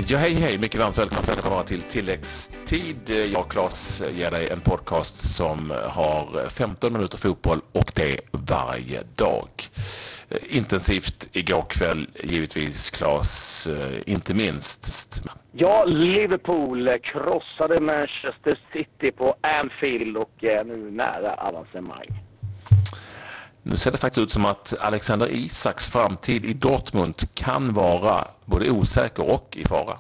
Ja, hej. Mycket varmt välkomna till tilläggstid. Jag och Claes ger dig en podcast som har 15 minuter fotboll och det varje dag. Intensivt igår kväll, givetvis, Claes, inte minst. Ja, Liverpool krossade Manchester City på Anfield och är nu nära avancemang. Nu ser det faktiskt ut som att Alexander Isaks framtid i Dortmund kan vara både osäker och i fara.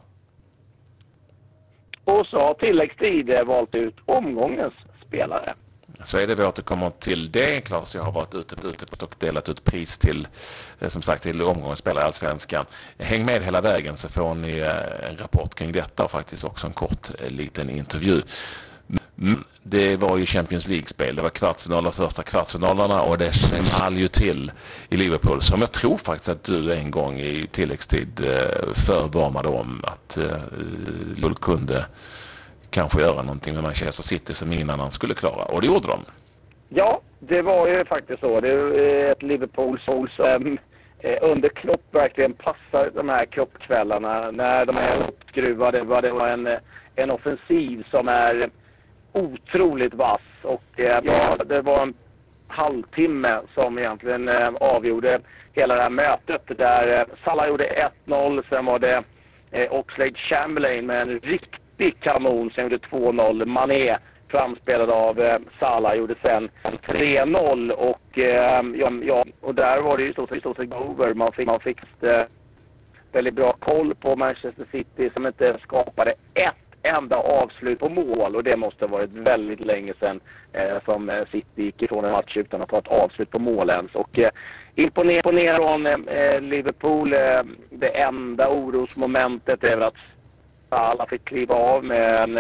Och så har tilläggstid valt ut omgångens spelare. Så är det, vi återkommer till det. Claes, jag har varit ute och delat ut pris till, som sagt, till omgångens spelare i Allsvenskan. Häng med hela vägen så får ni en rapport kring detta och faktiskt också en kort liten intervju. Det var ju Champions League-spel. Det var kvartsfinaler, första kvartsfinalerna, och det small ju till i Liverpool, som jag tror faktiskt att du en gång i tilläggstid förvarnade om att Liverpool kunde kanske göra någonting med Manchester City som ingen annan skulle klara. Och det gjorde de. Ja, det var ju faktiskt så. Det är ett Liverpool som under Klopp verkligen passar de här Klopp-kvällarna när de är uppskruvade. Det var en offensiv som är otroligt vass, och det var en halvtimme som egentligen avgjorde hela det här mötet, där Salah gjorde 1-0, sen var det Oxlade-Chamberlain med en riktig kanon som gjorde 2-0. Mané, framspelad av Salah, gjorde sen 3-0, och där var det ju så over. Man fick väldigt bra koll på Manchester City som inte skapade ett enda avslut på mål, och det måste ha varit väldigt länge sedan som City gick ifrån en match utan att ha ett avslut på mål ens. Och imponerad från Liverpool. Det enda orosmomentet är att Salah fick kliva av med en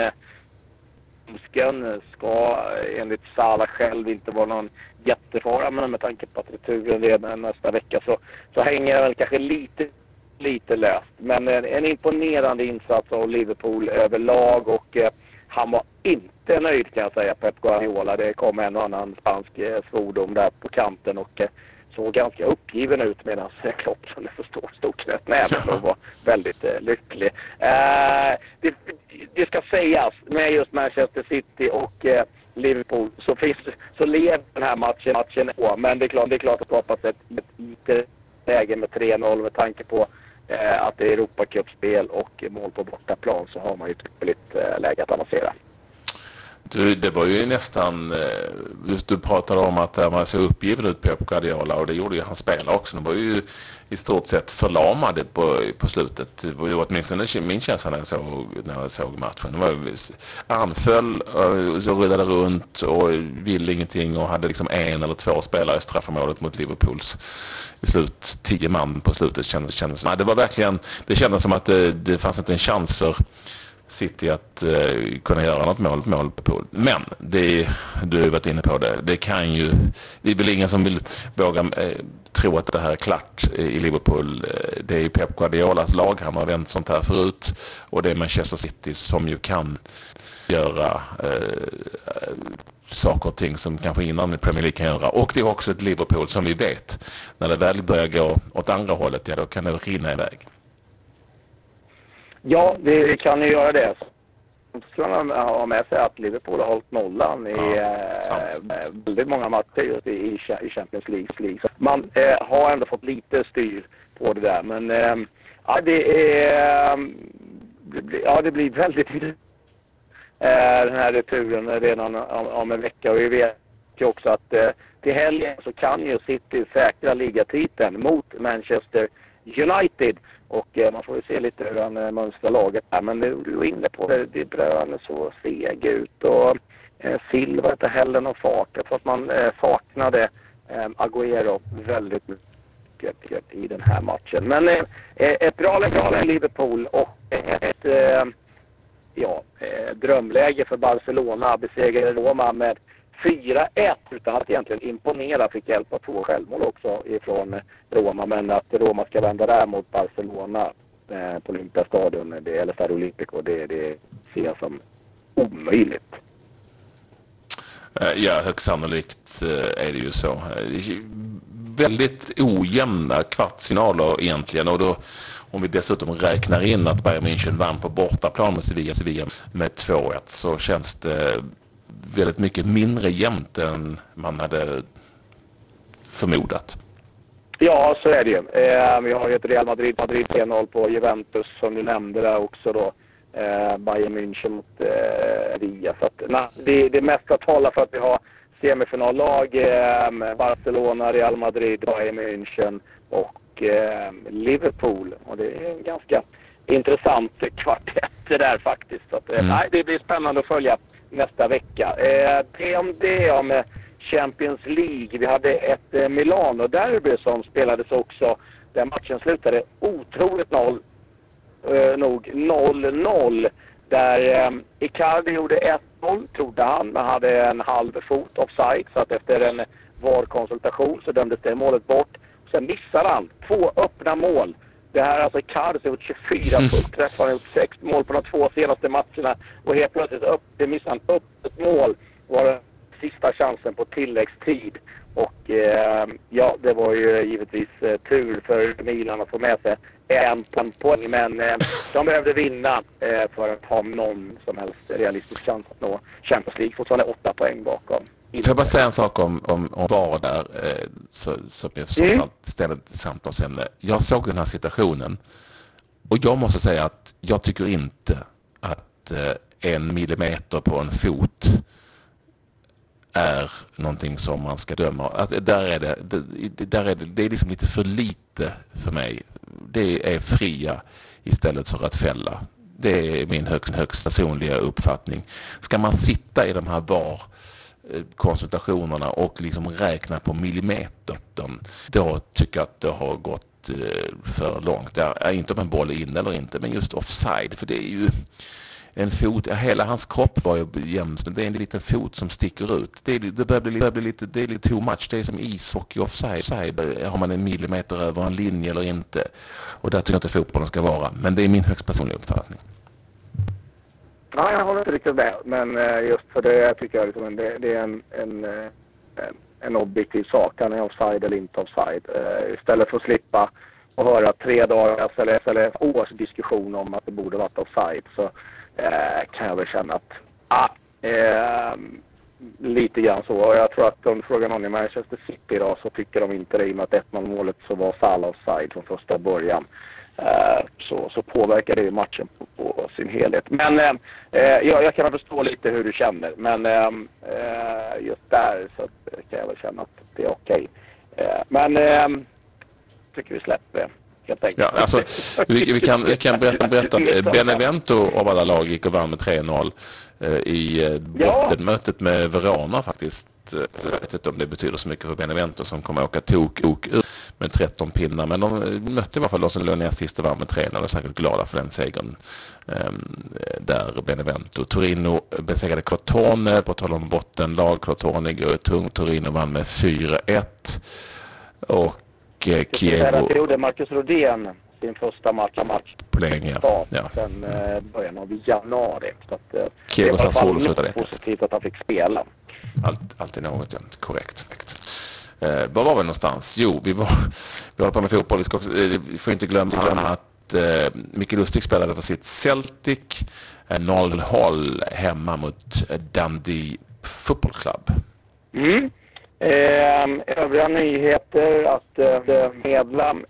ska enligt Salah själv inte vara någon jättefara, men med tanke på att returen redan nästa vecka så hänger väl kanske lite löst. Men en imponerande insats av Liverpool överlag, och han var inte nöjd, kan jag säga, Pep Guardiola. Det kom en och annan spansk svordom där på kanten och såg ganska uppgiven ut, medan Klopp som stod knöt näven och var väldigt lycklig. Det ska sägas, med just Manchester City och Liverpool så lever den här matchen på, men det är klart att det skapas ett läge med 3-0 med tanke på att det är Europacupspel och mål på bortaplan, så har man ju ett ypperligt läge att avancera. Det var ju nästan, du pratade om att man såg uppgiven ut på Guardiola, och det gjorde ju hans spelare också. De var ju i stort sett förlamade på slutet. Det var ju åtminstone min känsla när jag såg matchen. De var anföll och så rullade runt och ville ingenting, och hade liksom en eller två spelare i straffområdet mot Liverpools i slut. 10 man på slutet kändes. Nej, det var verkligen, det kändes som att det fanns inte en chans för City att kunna göra något mål på Pool. Men du har varit inne på det. Det är väl ingen som vill våga tro att det här är klart i Liverpool. Det är ju Pep Guardiolas lag. Han har vänt sånt här förut. Och det är Manchester City som ju kan göra saker och ting som kanske innan i Premier League kan göra. Och det är också ett Liverpool som vi vet, när det väl börjar gå åt andra hållet, ja, då kan det rinna iväg. Ja, det kan ju göra det. Ska man ha med sig att Liverpool har hållit nollan i väldigt många matcher just i Champions League. Så man har ändå fått lite styr på det där. Men det blir väldigt den här returen redan om en vecka. Och vi vet ju också att till helgen så kan ju City säkra ligatiteln mot Manchester United. Och man får ju se lite hur han mönstrar laget här. Men du är inne på det brön så seg ut, och Silva inte heller någon fart. Jag tror att man saknade Agüero väldigt mycket i den här matchen. Men ett bra Liverpool och ett drömläge för Barcelona. Besegrade Roma med 4-1 utan att egentligen imponera. Fick hjälp av 2 självmål också ifrån Roma, men att Roma ska vända där mot Barcelona på Olympiastadion eller Stadio Olimpico, det ser jag som omöjligt. Ja, högst sannolikt är det ju så. väldigt ojämna kvartsfinaler egentligen, och då om vi dessutom räknar in att Bayern München vann på bortaplan med Sevilla med 2-1, så känns det väldigt mycket mindre jämnt än man hade förmodat. Ja, så är det ju. Vi har ju ett Real Madrid 3-0 på Juventus som du nämnde där också då. Bayern München mot Sevilla. Så att, det mesta talar för att vi har semifinallag, Barcelona, Real Madrid, Bayern München och Liverpool. Och det är en ganska intressant kvartett där faktiskt. Så att, nej, det blir spännande att följa nästa vecka. Det om det om Champions League. Vi hade ett Milano-derby som spelades också. Den matchen slutade otroligt nog 0-0. Där Icardi gjorde 1-0, trodde han, men hade en halv fot offside. Så att efter en VAR-konsultation så dömdes det målet bort. Sen missade han 2 öppna mål. Det här är alltså Icardi som gjort 24 fullträffar. Han har gjort 6 mål på de 2 senaste matcherna. Och helt plötsligt missade han upp ett mål. Var sista chansen på tilläggstid. Och ja, det var ju givetvis tur för Milan att få med sig en poäng. Men de behövde vinna för att ha någon som helst realistisk chans att nå Champions League. Fortfarande 8 poäng bakom. Får jag bara säga en sak om VAR där, som jag förstås ställde ett samtalsämne. Jag såg den här situationen och jag måste säga att jag tycker inte att 1 millimeter på en fot är någonting som man ska döma. Att det är liksom lite för lite för mig. Det är fria istället för att fälla. Det är min högst personliga uppfattning. Ska man sitta i de här VAR-konsultationerna och liksom räkna på millimeter, då tycker jag att det har gått för långt. Det är inte om en boll är in eller inte, men just offside, för det är ju en fot, hela hans kropp var ju jämnt, men det är en liten fot som sticker ut. Det börjar bli lite too much. Det är som ishockey offside. Har man en millimeter över en linje eller inte? Och där tycker jag inte fotbollen ska vara. Men det är min högst personliga uppfattning. Ja, jag håller inte riktigt med. Men just för det tycker jag liksom, det är en objektiv sak. Han är offside eller inte offside. Istället för att slippa och höra 3 dagars eller års diskussion om att det borde varit offside, så kan jag väl känna att lite grann så. Och jag tror att om frågar någon i Manchester City idag så tycker de inte det, i och med att 1-0-målet så var Salah offside från första början. Så påverkar det matchen på sin helhet. Men jag kan förstå lite hur du känner. Men just där så kan jag väl känna att det är okej. Men tycker vi släpper det. Ja, alltså, vi kan berätta. Benevento av alla lag gick och vann med 3-0 i bottenmötet med Verona faktiskt. Jag vet inte om det betyder så mycket för Benevento som kommer att åka tok ut med 13 pinnar. Men de mötte i alla fall de som låg ner sist och vann med 3-0 och är säkert glada för den segern där Benevento. Torino besegrade Crotone på tal om bottenlag. Crotone går tungt. Torino vann med 4-1 och Chievo gjorde Marcus Rodén sin första match på länge. Ja. Sen början av januari. Så att Chievo Sassuolo slutade positivt att han fick spela. Alltid något, ja. Korrekt. Var var vi någonstans? Jo, vi håller på med fotboll. Vi får inte glömma att Micke Lustig spelade för sitt Celtic 0-0 hemma mot Dundee Football Club. Övriga nyheter att medlem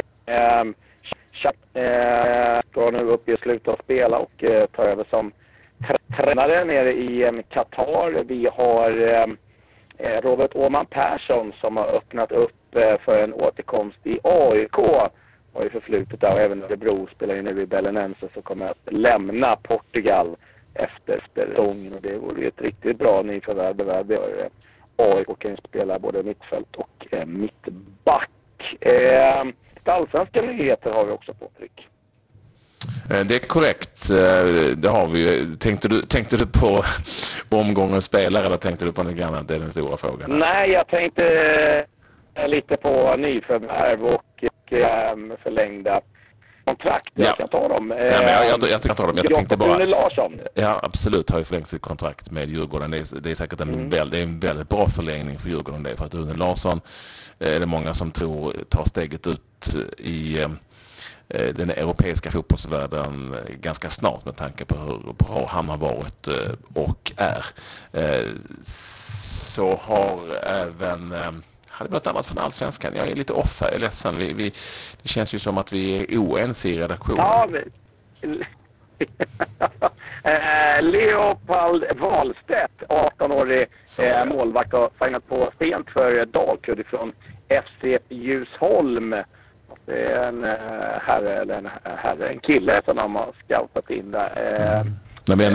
ska nu upp i slutet av spela och ta över som tränare nere i Qatar. Vi har Robert Åman Persson som har öppnat upp för en återkomst i AIK. Har ju förflutet där, och även Örebro spelar ju nu i Belenense, så kommer att lämna Portugal efter säsongen, och det vore ju ett riktigt bra nyförvärv. AIK kan spela både mittfält och mittback. Allsvenska nyheter har vi också, Patrik. Det är korrekt. Det har vi. Tänkte du på omgången spelare, eller tänkte du på något annat? Det är den stora frågan. Nej, jag tänkte lite på nyförvärv och förlängda kontrakt. Jag ska ta dem. Jag kan ta dem. Jag tänkte bara... Rune Larsson. Ja, absolut, har ju förlängt sitt kontrakt med Djurgården. Det är säkert en väldigt bra förlängning för Djurgården. Det, för att Rune Larsson är det många som tror tar steget ut i den europeiska fotbollsvärlden ganska snart med tanke på hur bra han har varit och är. Så har även... hade något annat från Allsvenskan. Jag är lite off här, jag är ledsen. Det känns ju som att vi är oense i redaktionen. Ja, Leopold Wahlstedt, 18-årig målvakt, har signat på sent för Dalkurd från FC Ljusholm. Det är en kille som de har scoutat in där. När vi är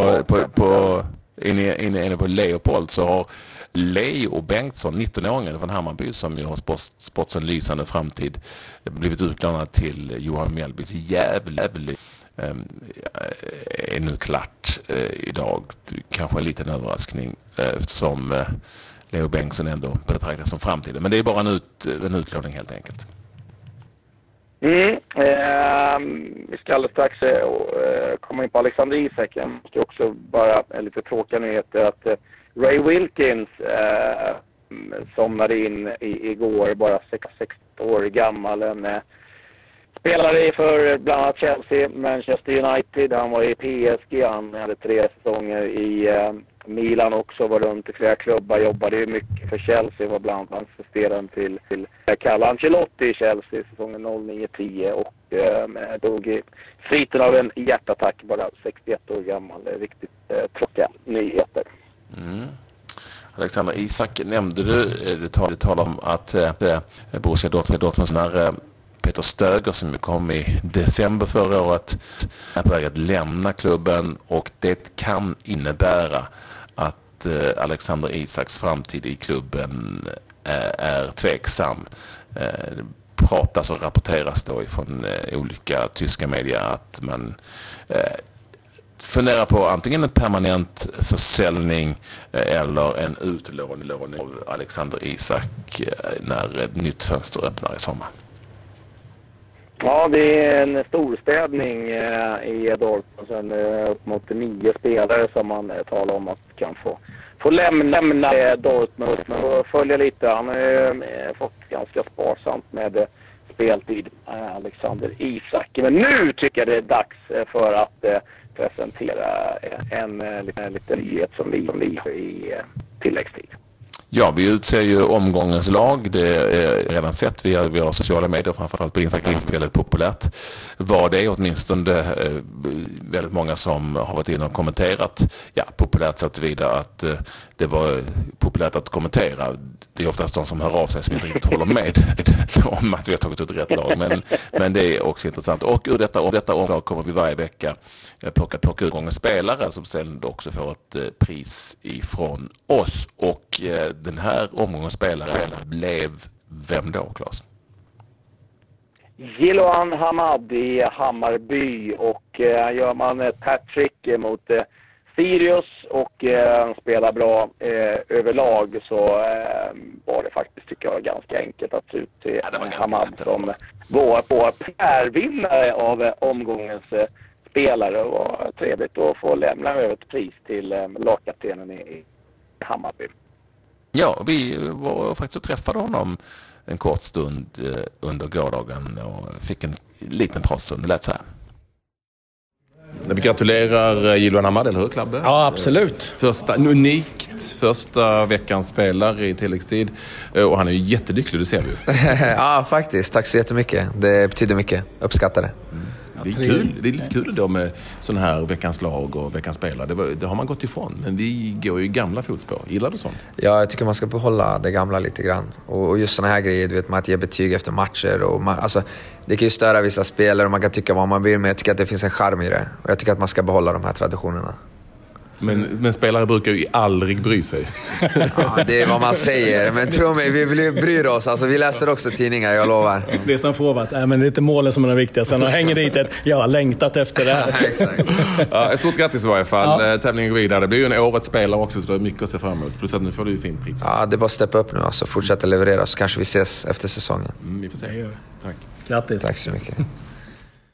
inne på Leopold, så har Leo Bengtsson, 19-åringen från Hammarby, som ju har spått en lysande framtid, blivit utlånad till Johan Mjällbys Gävle. Är nu klart idag. Kanske en liten överraskning eftersom Leo Bengtsson ändå betraktas som framtiden. Men det är bara en utlåning helt enkelt. Vi ska alldeles strax komma in på Alexander Isak. Jag måste också bara lite tråkiga nyheter att Ray Wilkins somnade in igår, bara 16 år gammal. En spelare för bland annat Chelsea, Manchester United. Han var i PSG, han hade 3 säsonger i Milan också, var runt i flera klubbar, jobbade ju mycket för Chelsea, var bland annat assisterande till Carlo Ancelotti i Chelsea säsongen 09-10 och dog i sviten av en hjärtattack, bara 61 år gammal. Riktigt tråkiga nyheter. Alexander Isak nämnde du, det talar om att Borussia Dortmunds när Peter Stöger, som kom i december förra året, är på väg att lämna klubben, och det kan innebära att Alexander Isaks framtid i klubben är tveksam. Det pratas och rapporteras då från olika tyska medier att man funderar på antingen en permanent försäljning eller en utlåning av Alexander Isak när ett nytt fönster öppnar i sommar. Ja, det är en storstädning i Dortmund. Sen upp mot 9 spelare som man talar om att kan få lämna Dortmund och följa lite. Han har fått ganska sparsamt med speltid, Alexander Isak. Men nu tycker jag det är dags för att presentera en liten nyhet som vi har i tilläggstid. Ja, vi utser ju omgångens lag. Det är redan sett. Vi har sociala medier, framförallt på Instagram, väldigt populärt. Var det åtminstone väldigt många som har varit inne och kommenterat. Ja, populärt så tillvida att det var populärt att kommentera. Det är oftast de som hör av sig som inte riktigt håller med om att vi har tagit ut rätt lag. Men det är också intressant. Och ur detta omlag kommer vi varje vecka plocka ut omgångens spelare som sedan också får ett pris ifrån oss. Och den här omgångens spelare blev vem då, Claes? Jiloan Hamad i Hammarby, och gör man ett hattrick mot Sirius och spelar bra överlag, så var det faktiskt, tycker jag, ganska enkelt att ut till Hamad som var på primärvinnare av omgångens spelare. Och var trevligt att få lämna över ett pris till lagkaptenen i Hammarby. Ja, vi var faktiskt och träffade honom en kort stund under gårdagen och fick en liten pratstund. Det lät så här. Vi gratulerar Jiloan Hamad, eller hur, Klabbe? Ja, absolut. Första veckans spelare i tilläggstid. Och han är ju jättelycklig, det ser vi. Ja, faktiskt. Tack så jättemycket. Det betyder mycket. Uppskattar det. Det är kul. Det är lite kul då med sån här veckans lag och veckans spelare. Det har man gått ifrån. Men vi går ju gamla fotspår. Gillar du sånt? Ja, jag tycker man ska behålla det gamla lite grann. Och just såna här grejer, du vet, man att ge betyg efter matcher. Och alltså, det kan ju störa vissa spelare och man kan tycka vad man vill. Men jag tycker att det finns en charm i det. Och jag tycker att man ska behålla de här traditionerna. Men spelare brukar ju aldrig bry sig. Ja, det är vad man säger. Men tro mig, vi bryr oss. Alltså, vi läser också tidningar, jag lovar. Det är som frågas. Men det är inte målen som är det viktiga. Sen hänger dit ett, jag har längtat efter det här. Exakt. Ja, ett stort grattis i varje fall. Ja. Tävlingen går vidare. Det blir ju en årets spelare också, så det är mycket att se fram emot. Plus att nu får du ju fint pris. Ja, det är bara att steppa upp nu. Alltså, fortsätta leverera, så kanske vi ses efter säsongen. Vi får se. Tack. Grattis. Tack så mycket.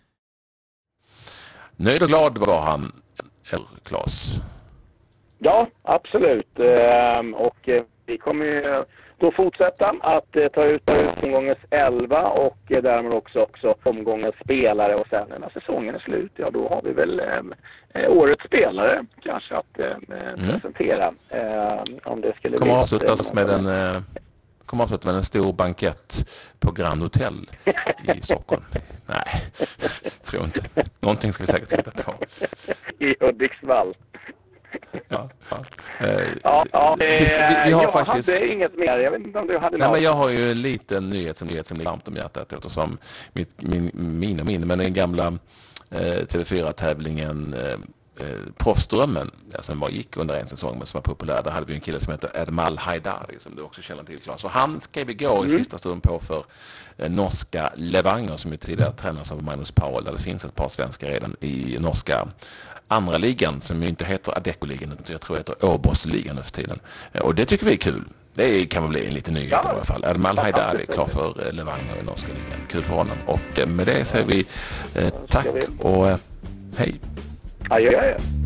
Nöjd och glad var han, Claes. Ja, absolut. Och vi kommer ju då fortsätta att ta ut omgångens 11 och därmed också omgångens spelare. Och sen när säsongen är slut, ja då har vi väl årets spelare kanske att presentera. Om det skulle kommer avslutas med en stor bankett på Grand Hotel i Stockholm. Nej, tror inte. Någonting ska vi säkert titta på. I Hudiksvall. Ja. Vi har faktiskt... hade inget mer. Jag vet inte om du hade något. Men jag har ju en liten nyhet som ligger varmt om hjärtat eftersom men den gamla TV4-tävlingen Proffsdrömmen, som gick under en säsong men som var populär. Där hade vi en kille som heter Ermal Haidari som du också känner till, Claes. Och han skrev igår i sista stund på för norska Levanger som ju tidigare tränas av Magnus Powell, där det finns ett par svenskar redan i norska andra ligan som ju inte heter Adecco-ligan utan jag tror det heter Åbos-ligan nu för tiden. Och det tycker vi är kul. Det kan väl bli en liten nyhet i alla fall. Ermal Haidari är klar för Levanger i norska ligan. Kul för honom. Och med det säger vi tack och hej. Adjö.